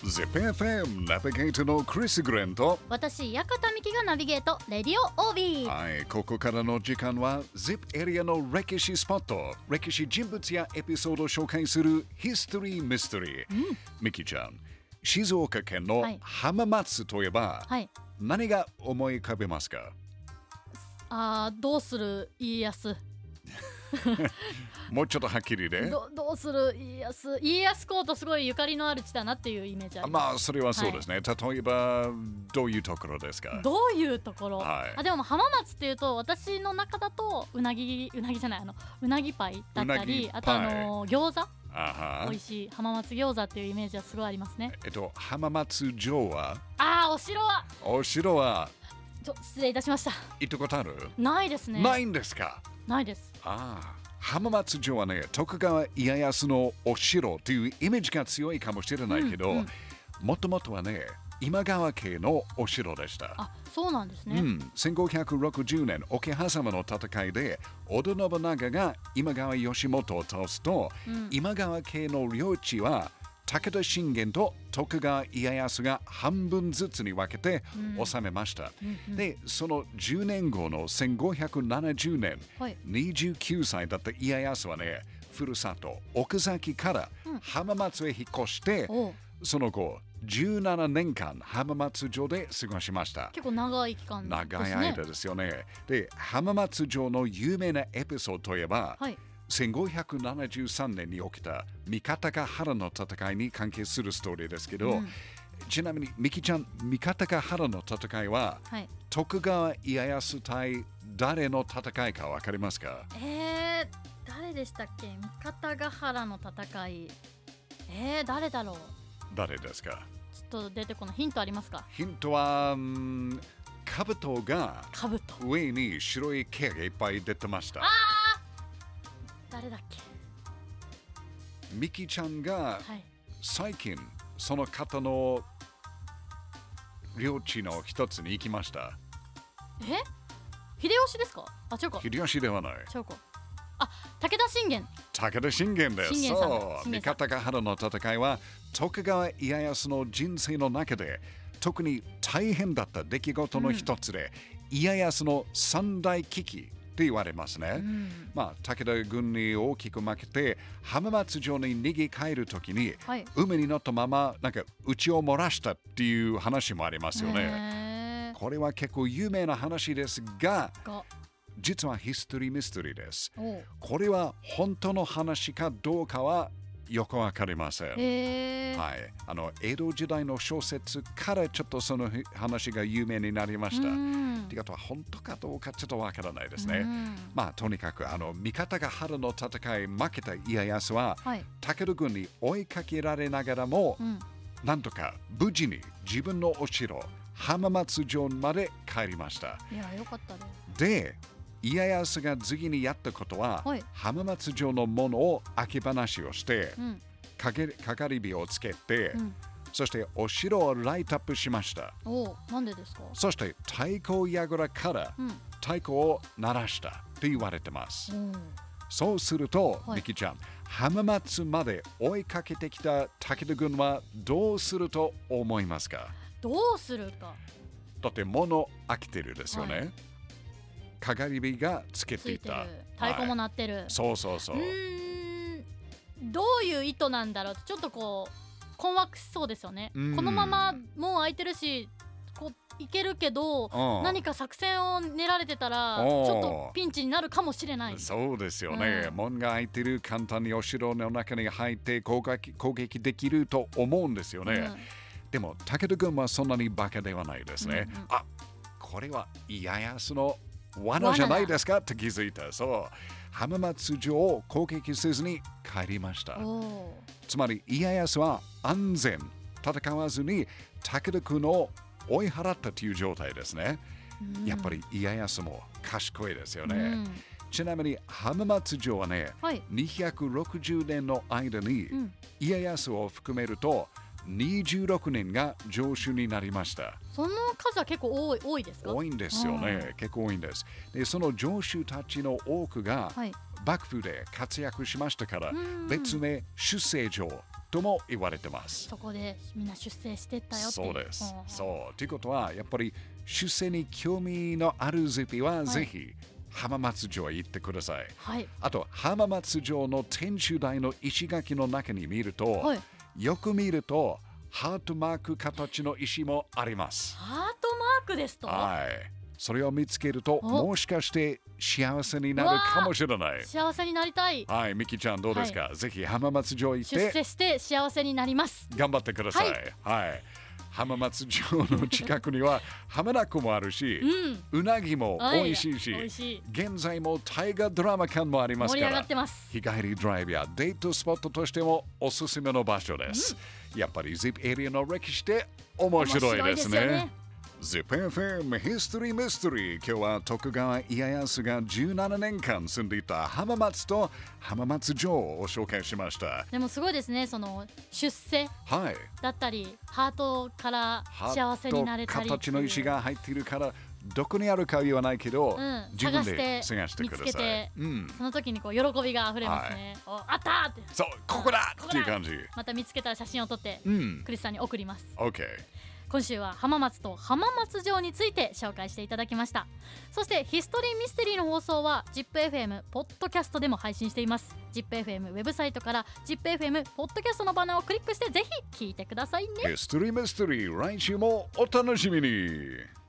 ZIPFM ナビゲーターのクリス・グレンと私、館美希がナビゲート、レディオ OB。 はい、ここからの時間は ZIP エリアの歴史スポット、歴史人物やエピソードを紹介するヒストリー・ミステリー。ミキちゃん、静岡県の浜松といえば、 はい、 何が思い浮かべますか？ どうする家康もうちょっとはっきりで。 どうする家康公とすごいゆかりのある地だなっていうイメージあります。 まあそれはそうですね、例えばどういうところですか？ どういうところ、 はい、 でも浜松っていうと私の中だとうなぎじゃない、うなぎパイだったり、あと餃子、美味しい浜松餃子っていうイメージはすごいありますね。 浜松城はお城は失礼いたしました。 行ったことある？ ないですね。 ないんですか？ ないです。 浜松城はね、徳川家康のお城というイメージが強いかもしれないけど、もともとはね、今川家のお城でした。 そうなんですね。 1560年桶狭間の戦いで織田信長が今川義元を倒すと、今川家の領地は武田信玄と徳川家康が半分ずつに分けて治めました。で、その10年後の1570年、29歳だった家康はね、ふるさと奥崎から浜松へ引っ越して、その後17年間浜松城で過ごしました。 結構長い期間ですね。 長い間ですよね。で、浜松城の有名なエピソードといえば、1573年に起きた三方ヶ原の戦いに関係するストーリーですけど、ちなみにミキちゃん、三方ヶ原の戦いは、徳川家康対誰の戦いか分かりますか？ 誰でしたっけ？三方ヶ原の戦い。誰だろう？ 誰ですか？ ちょっと出てこない。ヒントありますか？ ヒントは兜が上に白い毛がいっぱい出てました。 誰だっけ？ ミキちゃんが最近その方の領地の一つに行きました。 秀吉ですか？違うか。 秀吉ではない。 違うか。武田信玄。 武田信玄です。そう。三方ヶ原の戦いは徳川家康の人生の中で特に大変だった出来事の一つで、家康の三大危機って言われますね。武田軍に大きく負けて浜松城に逃げ帰るときに、海に乗ったままなんか血を漏らしたっていう話もありますよね。これは結構有名な話ですが、実はヒストリーミステリーです。これは本当の話かどうかはよくわかりません。江戸時代の小説からちょっとその話が有名になりました。ってことは本当かどうかちょっとわからないですね。とにかく三方ヶ原の戦い負けた家康は、武田軍に追いかけられながらも、なんとか無事に自分のお城浜松城まで帰りました。 いや、よかったね。 で、家康が次にやったことは、浜松城のものを開け放しをして、かかり火をつけて、そしてお城をライトアップしました。 なんでですか？ そして太鼓櫓から太鼓を鳴らしたって言われてます。そうすると、ミキちゃん、浜松まで追いかけてきた武田軍はどうすると思いますか？ どうするか。 だって物開けてるですよね。かかり火がつけていた。 太鼓も鳴ってる。 そうそうそう。 どういう意図なんだろう。ちょっとこう困惑しそうですよね。このままもう開いてるし、こういけるけど、何か作戦を練られてたらちょっとピンチになるかもしれない。 そうですよね。門が開いてる、簡単にお城の中に入って攻撃できると思うんですよね。でも武田軍はそんなにバカではないですね。これは家康の罠じゃないですかって気づいた。そう。浜松城を攻撃せずに帰りました。つまり家康は安全、戦わずに武田軍を追い払ったという状態ですね。やっぱり家康も賢いですよね。ちなみに浜松城はね、260年の間に家康を含めると26年が城主になりました。 その数は結構多いですか？ 多いんですよね。結構多いんです。で、その城主たちの多くが幕府で活躍しましたから、別名出世城とも言われてます。 そこでみんな出世してったよっていう。 そうです。そう。ということは、やっぱり出世に興味のあるゼピは、ぜひ浜松城へ行ってください。 はい、 あと、浜松城の天守台の石垣の中に見ると、 はい、 よく見ると、ハートマーク形の石もあります。 ハートマークですと。 はい。それを見つけると、もしかして幸せになるかもしれない。 幸せになりたい。 はい、ミキちゃんどうですか、ぜひ浜松城行って出世して幸せになります。 頑張ってください。はい。浜松城の近くには浜名湖もあるし、うなぎも美味しいし、現在も大河ドラマ館もありますから、 盛り上がってます。 日帰りドライブやデートスポットとしてもおすすめの場所です。やっぱり ZIP エリアの歴史って面白いですね。ZIPFM History Mystery。 今日は徳川家康が17年間住んでいた浜松と浜松城を紹介しました。 でもすごいですね、その出世だったり、ハートから幸せになれたり、 形の石が入っているからどこにあるかは言わないけど、自分で探してください。 見つけて、その時にこう喜びがあふれますね。あったーって、 そう、ここだっていう感じ。 また見つけたら写真を撮って、クリスさんに送ります。 OK。 今週は浜松と浜松城について紹介していただきました。そしてヒストリーミステリーの放送は ZIPFM ポッドキャストでも配信しています。 ZIPFM ウェブサイトから ZIPFM ポッドキャストのバナーをクリックしてぜひ聞いてくださいね。 ヒストリーミステリー、来週もお楽しみに。